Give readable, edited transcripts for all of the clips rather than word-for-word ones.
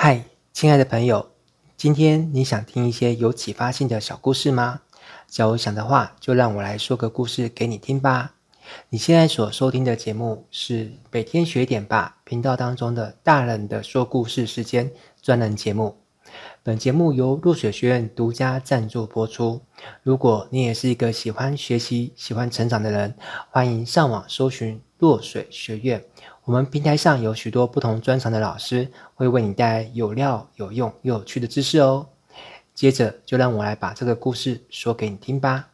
嗨，亲爱的朋友，今天你想听一些有启发性的小故事吗？假如想的话，就让我来说个故事给你听吧。你现在所收听的节目是每天学点吧频道当中的大人的说故事时间专栏节目。本节目由落水学院独家赞助播出。如果你也是一个喜欢学习、喜欢成长的人，欢迎上网搜寻落水学院。我们平台上有许多不同专长的老师，会为你带来有料、有用又有趣的知识哦。接着就让我来把这个故事说给你听吧。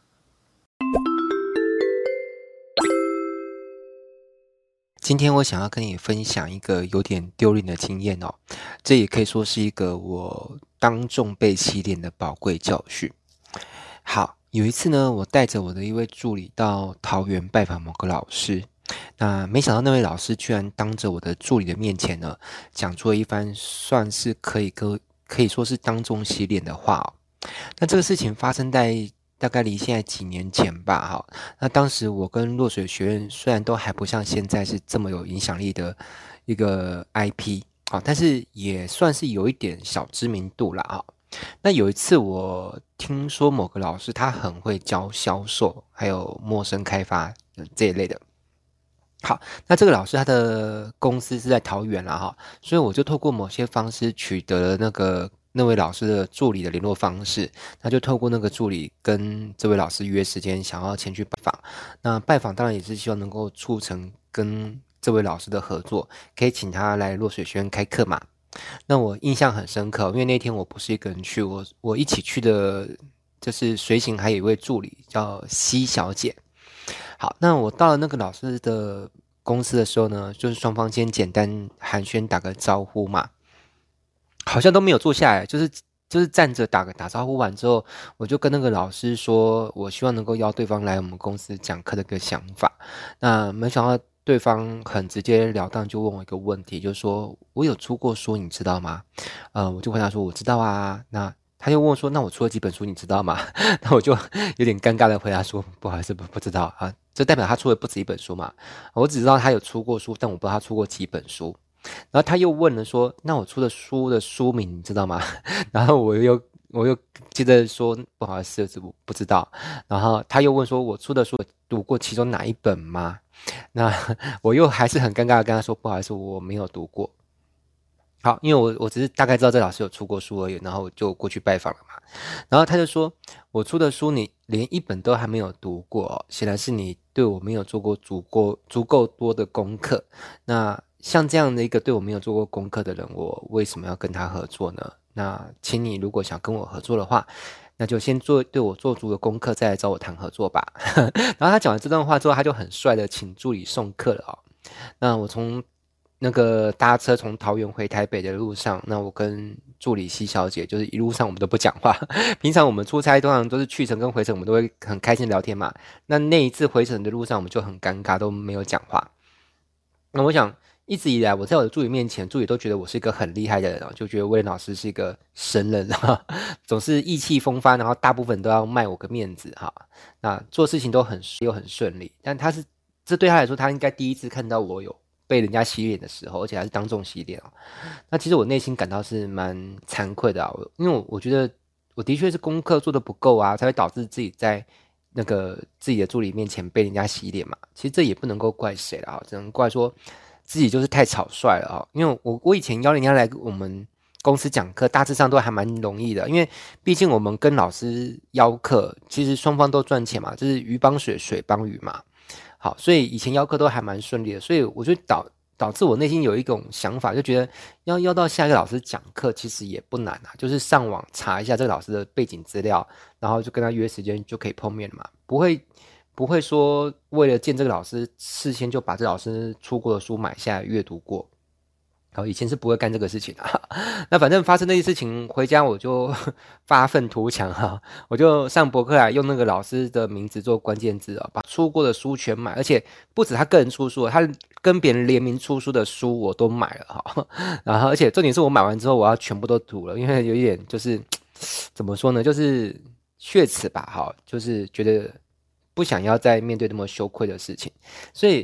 今天我想要跟你分享一个有点丢脸的经验哦，这也可以说是一个我当众被欺脸的宝贵教训。好，有一次呢，我带着我的一位助理到桃园拜访某个老师，那没想到那位老师居然当着我的助理的面前呢，讲出了一番算是可以说是当众洗脸的话哦。那这个事情发生在大概离现在几年前吧，哈。那当时我跟落水学院虽然都还不像现在是这么有影响力的一个 IP 啊，但是也算是有一点小知名度啦啊。那有一次我听说某个老师他很会教销售，还有陌生开发这一类的。好，那这个老师他的公司是在桃园啦哈，所以我就透过某些方式取得了那位老师的助理的联络方式，那就透过那个助理跟这位老师约时间，想要前去拜访。那拜访当然也是希望能够促成跟这位老师的合作，可以请他来落水学院开课嘛。那我印象很深刻，因为那天我不是一个人去，我一起去的，就是随行还有一位助理叫西小姐。好，那我到了那个老师的公司的时候呢，就是双方先简单寒暄打个招呼嘛，好像都没有坐下来，就是站着打招呼完之后，我就跟那个老师说，我希望能够邀对方来我们公司讲课的一个想法。那没想到对方很直截了当就问我一个问题，就是说我有出过书，你知道吗？我就回答说我知道啊。那他就问我说，那我出了几本书，你知道吗？那我就有点尴尬的回答说，不好意思，不知道啊。这代表他出了不止一本书嘛？我只知道他有出过书，但我不知道他出过几本书。然后他又问了说：“那我出的书的书名你知道吗？”然后我又接着说：“不好意思，我不知道。”然后他又问说：“我出的书读过其中哪一本吗？”那我又还是很尴尬的跟他说：“不好意思，我没有读过。”好，因为我只是大概知道这老师有出过书而已，然后就过去拜访了嘛。然后他就说：“我出的书你连一本都还没有读过哦，显然是你对我没有做过足够多的功课。那像这样的一个对我没有做过功课的人，我为什么要跟他合作呢？那请你如果想跟我合作的话，那就先对我做足了功课，再来找我谈合作吧。”然后他讲完这段话之后，他就很帅的请助理送客了哦。那我从那个搭车从桃园回台北的路上，那我跟助理西小姐就是一路上我们都不讲话。平常我们出差通常都是去程跟回程，我们都会很开心聊天嘛。那一次回程的路上，我们就很尴尬，都没有讲话。那我想一直以来我在我的助理面前，助理都觉得我是一个很厉害的人啊，就觉得威廉老师是一个神人啊，总是意气风发，然后大部分都要卖我个面子哈。那做事情都很顺利，但这对他来说，他应该第一次看到我有被人家洗脸的时候，而且还是当众洗脸哦。那其实我内心感到是蛮惭愧的啊，因为我觉得我的确是功课做得不够啊，才会导致自己在那个自己的助理面前被人家洗脸嘛。其实这也不能够怪谁了啊，只能怪说自己就是太草率了啊。因为我以前邀人家来我们公司讲课，大致上都还蛮容易的，因为毕竟我们跟老师邀课，其实双方都赚钱嘛，就是鱼帮水，水帮鱼嘛。好，所以以前邀课都还蛮顺利的，所以我就导致我内心有一种想法，就觉得要到下一个老师讲课，其实也不难啊，就是上网查一下这个老师的背景资料，然后就跟他约时间就可以碰面了嘛，不会说为了见这个老师，事先就把这老师出过的书买下来阅读过。好，以前是不会干这个事情的。那反正发生那些事情，回家我就发愤图强哈，我就上博客来用那个老师的名字做关键字啊，把出过的书全买，而且不止他个人出书，他跟别人联名出书的书我都买了哈。然后而且重点是我买完之后我要全部都读了，因为有一点就是怎么说呢，就是血耻吧哈，就是觉得不想要再面对那么羞愧的事情，所以。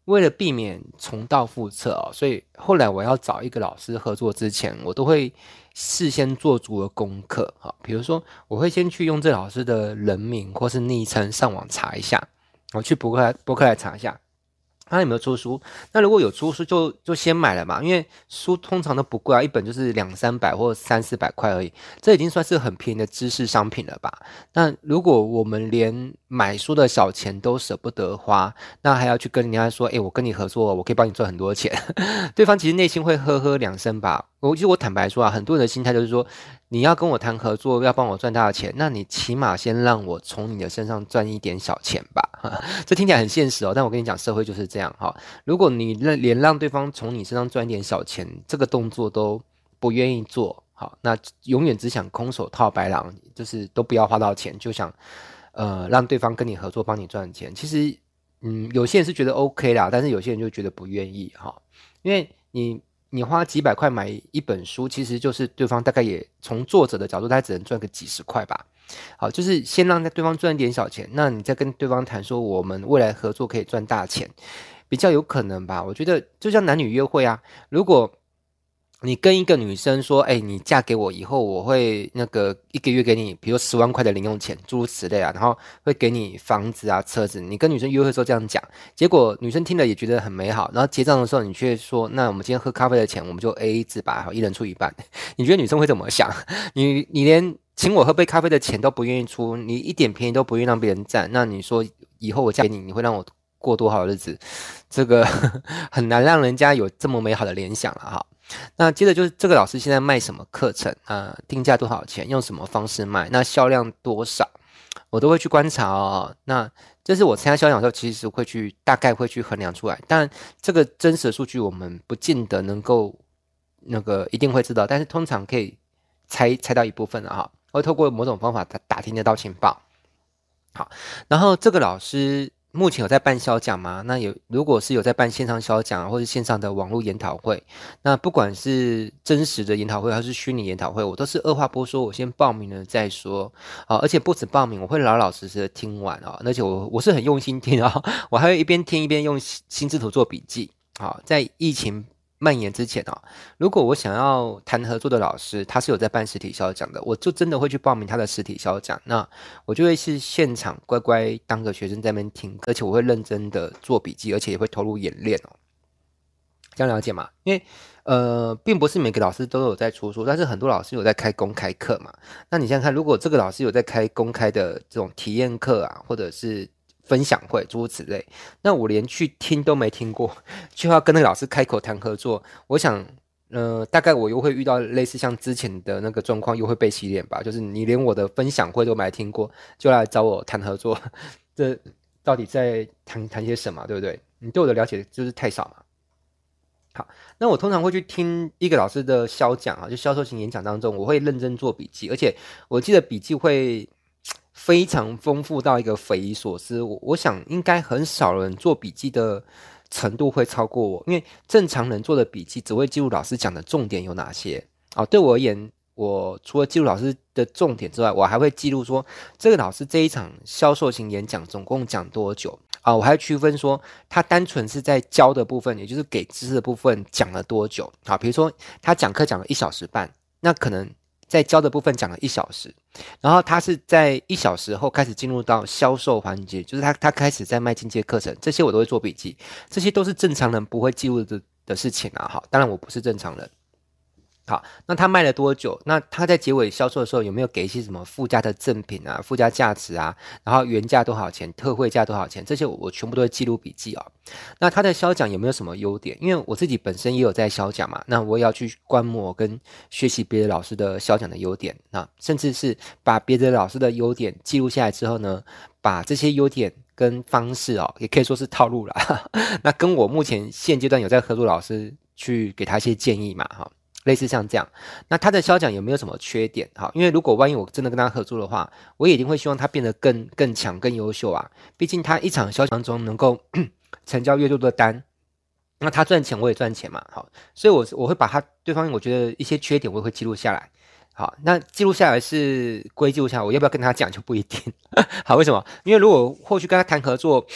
为了避免重蹈覆辙哦，所以后来我要找一个老师合作之前，我都会事先做足了功课。好，比如说我会先去用这老师的人名或是昵称上网查一下，我去博客来查一下。他有没有出书？那如果有出书就先买了嘛，因为书通常都不贵啊，一本就是200-300或300-400块而已，这已经算是很便宜的知识商品了吧？那如果我们连买书的小钱都舍不得花，那还要去跟人家说，我跟你合作，我可以帮你赚很多钱，对方其实内心会呵呵两声吧。其实我坦白说啊，很多人的心态就是说，你要跟我谈合作，要帮我赚大的钱，那你起码先让我从你的身上赚一点小钱吧。这听起来很现实哦，但我跟你讲，社会就是这样哈。如果你连让对方从你身上赚一点小钱这个动作都不愿意做，好，那永远只想空手套白狼，就是都不要花到钱，就想让对方跟你合作，帮你赚钱。其实，有些人是觉得 OK 啦，但是有些人就觉得不愿意哈，因为你花几百块买一本书，其实就是对方大概也从作者的角度，他只能赚个几十块吧。好，就是先让对方赚点小钱，那你再跟对方谈说我们未来合作可以赚大钱，比较有可能吧。我觉得就像男女约会啊，如果你跟一个女生说，你嫁给我以后，我会那个一个月给你，比如10万块的零用钱，诸如此类啊，然后会给你房子啊、车子。你跟女生约会的时候这样讲，结果女生听了也觉得很美好，然后结账的时候你却说，那我们今天喝咖啡的钱我们就 AA 制吧，好，一人出一半。你觉得女生会怎么想？你连请我喝杯咖啡的钱都不愿意出，你一点便宜都不愿意让别人占，那你说以后我嫁给你，你会让我过多好的日子？这个很难让人家有这么美好的联想了哈。那接着就是这个老师现在卖什么课程啊？定价多少钱？用什么方式卖？那销量多少？我都会去观察哦。那这是我参加销量的时候，其实大概会去衡量出来。但这个真实的数据我们不见得能够那个一定会知道，但是通常可以猜到一部分的哈。会透过某种方法打听得到情报。好，然后这个老师目前有在办销讲吗？那如果是有在办线上销讲或是线上的网络研讨会，那不管是真实的研讨会还是虚拟研讨会，我都是二话不说，我先报名了再说。而且不止报名，我会老老实实的听完啊，而且我是很用心听啊，我还会一边听一边用心智图做笔记。好，在疫情蔓延之前如果我想要谈合作的老师，他是有在办实体销讲的，我就真的会去报名他的实体销讲。那我就会是现场乖乖当个学生在那边听，而且我会认真的做笔记，而且也会投入演练这样了解吗？因为并不是每个老师都有在出书，但是很多老师有在开公开课嘛。那你想想看，如果这个老师有在开公开的这种体验课啊，或者是分享会诸如此类，那我连去听都没听过，就要跟那个老师开口谈合作，我想大概我又会遇到类似像之前的那个状况，又会被洗脸吧，就是你连我的分享会都没听过，就来找我谈合作，这到底在谈些什么，对不对？你对我的了解就是太少嘛。好，那我通常会去听一个老师的销讲啊，就销售型演讲当中，我会认真做笔记，而且我记得笔记会非常丰富到一个匪夷所思。我想应该很少人做笔记的程度会超过我，因为正常人做的笔记只会记录老师讲的重点有哪些。对我而言，我除了记录老师的重点之外，我还会记录说这个老师这一场销售型演讲总共讲多久。我还区分说，他单纯是在教的部分，也就是给知识的部分讲了多久。比如说他讲课讲了1小时半，那可能在教的部分讲了1小时，然后他是在1小时后开始进入到销售环节，就是他开始在卖进阶课程，这些我都会做笔记，这些都是正常人不会记录的事情啊。好，当然我不是正常人。好，那他卖了多久？那他在结尾销售的时候有没有给一些什么附加的赠品啊、附加价值啊？然后原价多少钱、特惠价多少钱？这些我全部都会记录笔记那他的销讲有没有什么优点？因为我自己本身也有在销讲嘛，那我也要去观摩跟学习别的老师的销讲的优点，那甚至是把别的老师的优点记录下来之后呢，把这些优点跟方式也可以说是套路啦。那跟我目前现阶段有在合作老师去给他一些建议嘛，类似像这样，那他的销讲有没有什么缺点？因为如果万一我真的跟他合作的话，我也一定会希望他变得更强、更优秀啊。毕竟他一场销讲中能够成交越多的单，那他赚钱我也赚钱嘛。所以我会把对方我觉得一些缺点我也会记录下来。好，那记录下来是归记录下来，我要不要跟他讲就不一定。好，为什么？因为如果后续跟他谈合作，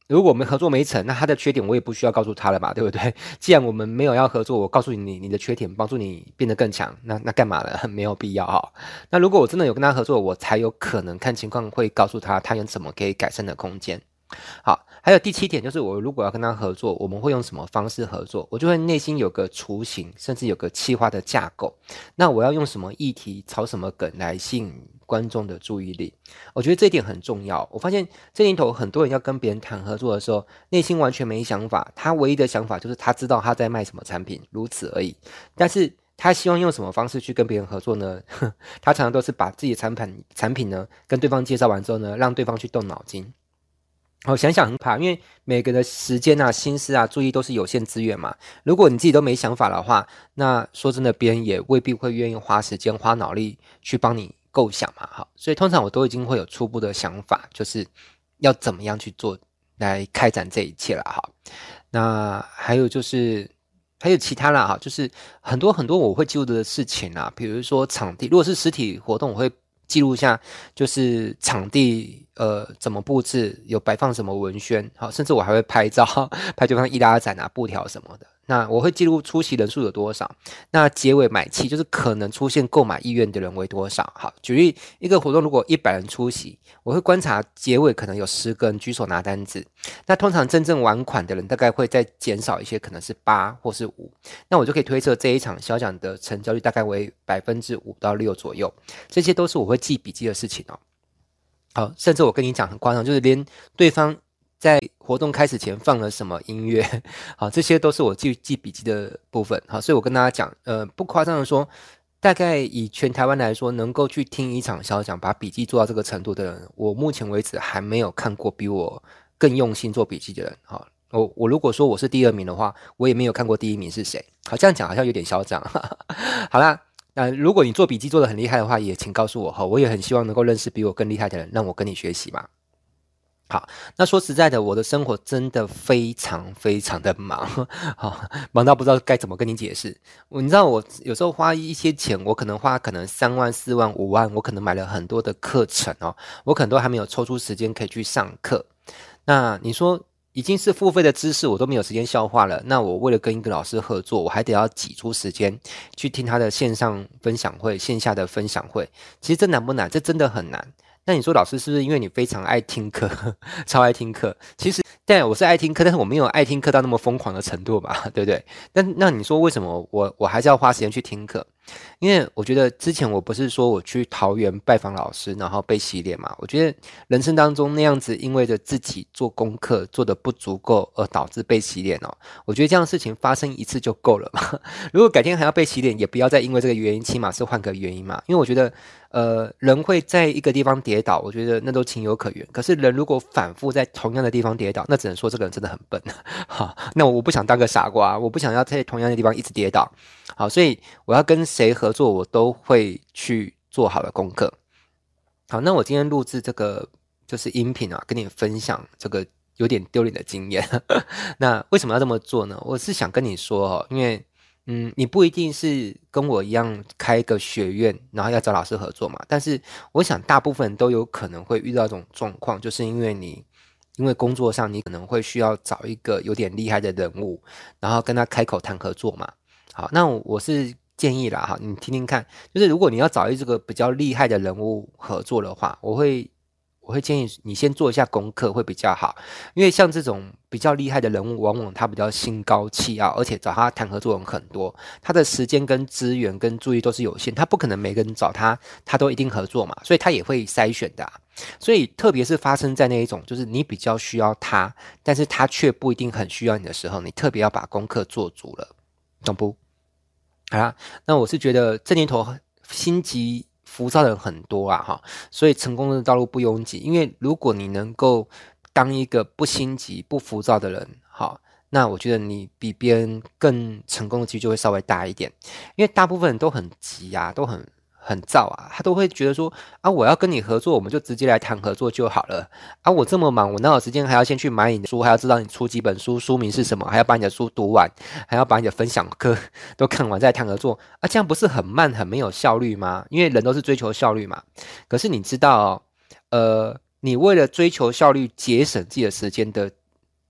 如果我们合作没成，那他的缺点我也不需要告诉他了嘛，对不对？既然我们没有要合作，我告诉你的缺点，帮助你变得更强，那干嘛呢？没有必要哈。那如果我真的有跟他合作，我才有可能看情况会告诉他他有什么可以改善的空间。好，还有第七点就是我如果要跟他合作，我们会用什么方式合作？我就会内心有个雏形，甚至有个企划的架构。那我要用什么议题、炒什么梗来吸引观众的注意力？我觉得这一点很重要。我发现这年头很多人要跟别人谈合作的时候，内心完全没想法，他唯一的想法就是他知道他在卖什么产品，如此而已。但是他希望用什么方式去跟别人合作呢？他常常都是把自己的产品呢跟对方介绍完之后呢，让对方去动脑筋。想想很怕，因为每个人的时间啊、心思啊、注意都是有限资源嘛。如果你自己都没想法的话，那说真的，别人也未必会愿意花时间、花脑力去帮你构想嘛。好，所以通常我都已经会有初步的想法，就是要怎么样去做来开展这一切了。好，那还有就是还有其他啦，哈，就是很多很多我会记录的事情啊，比如说场地，如果是实体活动，我会记录一下，就是场地怎么布置，有摆放什么文宣，好，甚至我还会拍照，拍对方易拉展啊、布条什么的。那我会记录出席人数有多少，那结尾买气就是可能出现购买意愿的人为多少。好，举例一个活动，如果100人出席，我会观察结尾可能有10个人举手拿单子，那通常真正完款的人大概会再减少一些，可能是8或是5，那我就可以推测这一场小奖的成交率大概为5%到6%左右。这些都是我会记笔记的事情哦。好，甚至我跟你讲很夸张，就是连对方在活动开始前放了什么音乐，好，这些都是我记笔记的部分。好，所以我跟大家讲，不夸张的说，大概以全台湾来说，能够去听一场小讲，把笔记做到这个程度的人，我目前为止还没有看过比我更用心做笔记的人。好，我如果说我是第2名的话，我也没有看过第1名是谁。好，这样讲好像有点嚣张。好啦。那如果你做笔记做得很厉害的话，也请告诉我哈，我也很希望能够认识比我更厉害的人，让我跟你学习嘛。好，那说实在的，我的生活真的非常非常的忙，好，忙到不知道该怎么跟你解释。你知道我有时候花一些钱，我可能花3万、4万、5万，我可能买了很多的课程哦，我可能都还没有抽出时间可以去上课。那你说已经是付费的知识，我都没有时间消化了。那我为了跟一个老师合作，我还得要挤出时间去听他的线上分享会、线下的分享会。其实这难不难？这真的很难。那你说老师是不是因为你非常爱听课，超爱听课？其实，但我是爱听课，但是我没有爱听课到那么疯狂的程度嘛，对不对？那你说为什么我还是要花时间去听课？因为我觉得之前我不是说我去桃园拜访老师，然后被洗脸嘛？我觉得人生当中那样子，因为着自己做功课做的不足够而导致被洗脸哦，我觉得这样的事情发生一次就够了嘛。如果改天还要被洗脸，也不要再因为这个原因，起码是换个原因嘛。因为我觉得，人会在一个地方跌倒，我觉得那都情有可原。可是人如果反复在同样的地方跌倒，那只能说这个人真的很笨。好，那我不想当个傻瓜，我不想要在同样的地方一直跌倒。好，所以我要跟谁合作，我都会去做好的功课。好，那我今天录制这个就是音频啊，跟你分享这个有点丢脸的经验。那为什么要这么做呢？我是想跟你说哦，因为你不一定是跟我一样开一个学院，然后要找老师合作嘛。但是我想大部分人都有可能会遇到这种状况，就是因为工作上你可能会需要找一个有点厉害的人物，然后跟他开口谈合作嘛。好，那我是建议啦，哈，你听听看，就是如果你要找这个比较厉害的人物合作的话，我会建议你先做一下功课会比较好，因为像这种比较厉害的人物，往往他比较心高气傲，而且找他谈合作人很多，他的时间跟资源跟注意都是有限，他不可能每个人找他都一定合作嘛，所以他也会筛选的啊。所以特别是发生在那一种，就是你比较需要他，但是他却不一定很需要你的时候，你特别要把功课做足了，懂不？好啦，那我是觉得这年头心急浮躁的人很多啊，哈，所以成功的道路不拥挤。因为如果你能够当一个不心急、不浮躁的人，好，那我觉得你比别人更成功的几率就会稍微大一点。因为大部分人都很急啊，都很躁啊，他都会觉得说啊，我要跟你合作，我们就直接来谈合作就好了啊。我这么忙，我哪有时间还要先去买你的书，还要知道你出几本书，书名是什么，还要把你的书读完，还要把你的分享课都看完再谈合作啊？这样不是很慢很没有效率吗？因为人都是追求效率嘛。可是你知道哦，你为了追求效率节省自己的时间的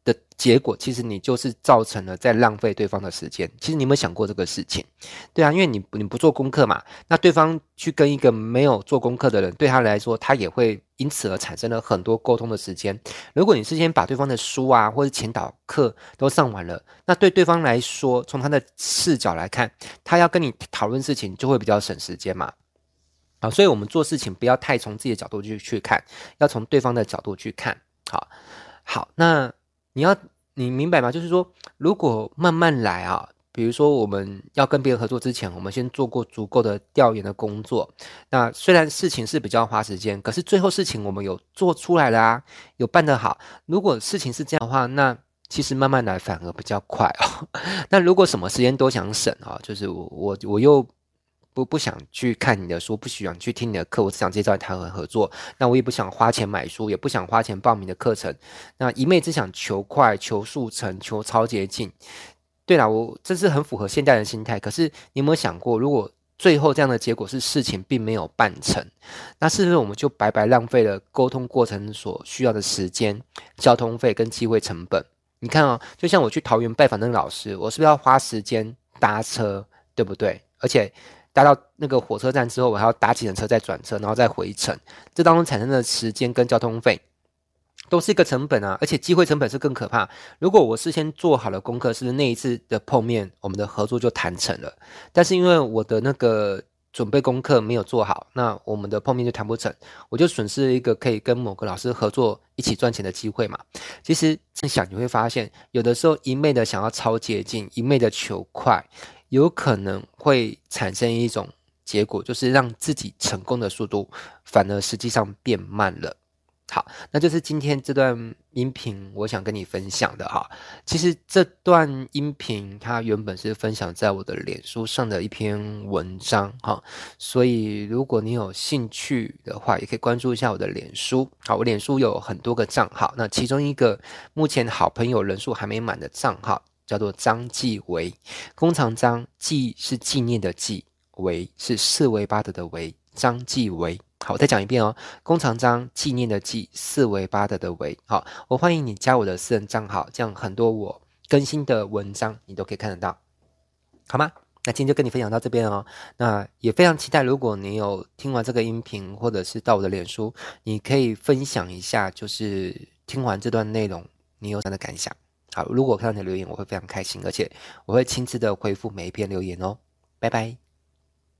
的结果，其实你就是造成了在浪费对方的时间。其实你有没有想过这个事情？对啊，因为你不做功课嘛，那对方去跟一个没有做功课的人，对他来说，他也会因此而产生了很多沟通的时间。如果你事先把对方的书啊或者前导课都上完了，那对对方来说，从他的视角来看，他要跟你讨论事情就会比较省时间嘛。好，所以我们做事情不要太从自己的角度去看，要从对方的角度去看。好，好，那你明白吗？就是说，如果慢慢来啊，比如说我们要跟别人合作之前，我们先做过足够的调研的工作。那虽然事情是比较花时间，可是最后事情我们有做出来了啊，有办得好。如果事情是这样的话，那其实慢慢来反而比较快哦。那如果什么时间都想省啊，就是我又不想去看你的书，不想去听你的课，我只想直接找你谈合作。那我也不想花钱买书，也不想花钱报名的课程。那一昧只想求快、求速成、求超捷径。对啦，这是很符合现代人心态。可是你有没有想过，如果最后这样的结果是事情并没有办成，那是不是我们就白白浪费了沟通过程所需要的时间、交通费跟机会成本？你看哦，就像我去桃园拜访那个老师，我是不是要花时间搭车，对不对？而且搭到那个火车站之后，我还要搭计程车再转车，然后再回程，这当中产生的时间跟交通费都是一个成本啊，而且机会成本是更可怕。如果我事先做好了功课，是不是那一次的碰面，我们的合作就谈成了？但是因为我的那个准备功课没有做好，那我们的碰面就谈不成，我就损失了一个可以跟某个老师合作一起赚钱的机会嘛。其实这样想你会发现，有的时候一昧的想要超捷径，一昧的求快，有可能会产生一种结果，就是让自己成功的速度反而实际上变慢了。好，那就是今天这段音频我想跟你分享的哈。其实这段音频它原本是分享在我的脸书上的一篇文章哈，所以如果你有兴趣的话，也可以关注一下我的脸书。好，我脸书有很多个账号，那其中一个目前好朋友人数还没满的账号叫做张继维，弓长张，纪是纪念的纪，维是四维八德的维，张继维。好，我再讲一遍哦，弓长张，纪念的纪，四维八德的维。好，我欢迎你加我的私人账号，这样很多我更新的文章你都可以看得到，好吗？那今天就跟你分享到这边哦。那也非常期待，如果你有听完这个音频，或者是到我的脸书，你可以分享一下，就是听完这段内容，你有什么样的感想？好，如果看到你的留言，我会非常开心，而且我会亲自的回复每一篇留言哦。拜拜。